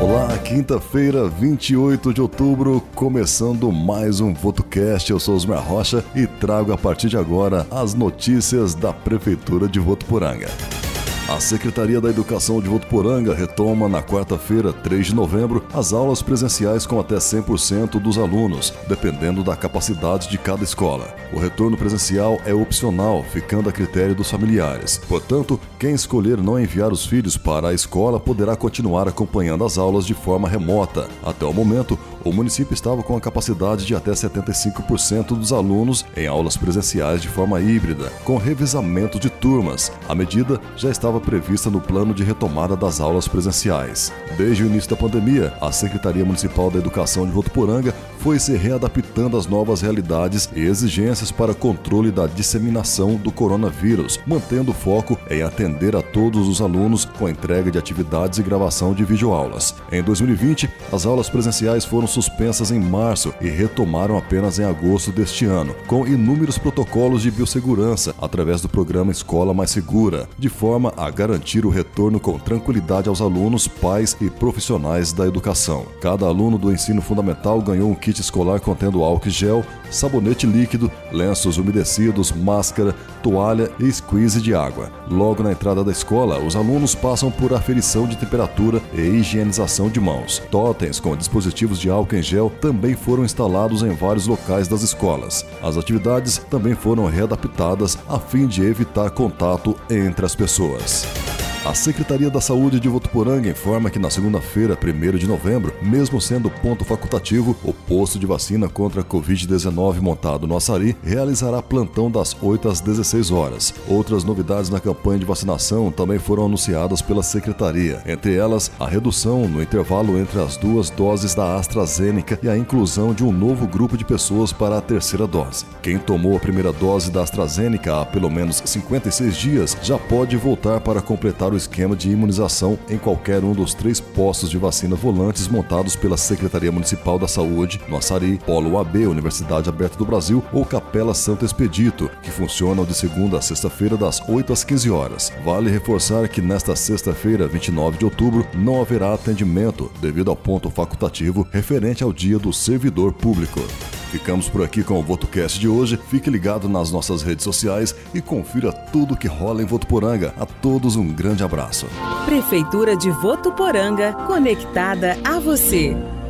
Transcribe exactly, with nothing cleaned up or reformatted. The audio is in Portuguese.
Olá, quinta-feira, vinte e oito de outubro, começando mais um VotoCast. Eu sou Osmar Rocha e trago a partir de agora as notícias da Prefeitura de Votuporanga. A Secretaria da Educação de Votuporanga retoma na quarta-feira, três de novembro, as aulas presenciais com até cem por cento dos alunos, dependendo da capacidade de cada escola. O retorno presencial é opcional, ficando a critério dos familiares. Portanto, quem escolher não enviar os filhos para a escola poderá continuar acompanhando as aulas de forma remota. Até o momento, o município estava com a capacidade de até setenta e cinco por cento dos alunos em aulas presenciais de forma híbrida, com revezamento de turmas. A medida já estava prevista no plano de retomada das aulas presenciais. Desde o início da pandemia, a Secretaria Municipal da Educação de Votuporanga foi se readaptando às novas realidades e exigências para controle da disseminação do coronavírus, mantendo o foco em atender a todos os alunos com a entrega de atividades e gravação de videoaulas. Em dois mil e vinte, as aulas presenciais foram suspensas em março e retomaram apenas em agosto deste ano, com inúmeros protocolos de biossegurança através do programa Escola Mais Segura, de forma a garantir o retorno com tranquilidade aos alunos, pais e profissionais da educação. Cada aluno do ensino fundamental ganhou um kit escolar contendo álcool gel, sabonete líquido, lenços umedecidos, máscara, toalha e squeeze de água. Logo na entrada da escola, os alunos passam por aferição de temperatura e higienização de mãos. Totens com dispositivos de álcool em gel também foram instalados em vários locais das escolas. As atividades também foram readaptadas a fim de evitar contato entre as pessoas. A Secretaria da Saúde de Votuporanga informa que na segunda-feira, primeiro de novembro, mesmo sendo ponto facultativo, o posto de vacina contra a covid dezenove montado no Açari realizará plantão das oito às dezesseis horas. Outras novidades na campanha de vacinação também foram anunciadas pela Secretaria, entre elas a redução no intervalo entre as duas doses da AstraZeneca e a inclusão de um novo grupo de pessoas para a terceira dose. Quem tomou a primeira dose da AstraZeneca há pelo menos cinquenta e seis dias já pode voltar para completar o esquema de imunização em qualquer um dos três postos de vacina volantes montados pela Secretaria Municipal da Saúde, no Açari, Polo U A B, Universidade Aberta do Brasil ou Capela Santo Expedito, que funcionam de segunda a sexta-feira das oito às quinze horas. Vale reforçar que nesta sexta-feira, vinte e nove de outubro, não haverá atendimento devido ao ponto facultativo referente ao Dia do Servidor Público. Ficamos por aqui com o VotoCast de hoje. Fique ligado nas nossas redes sociais e confira tudo que rola em Votuporanga. A todos um grande abraço. Prefeitura de Votuporanga, conectada a você.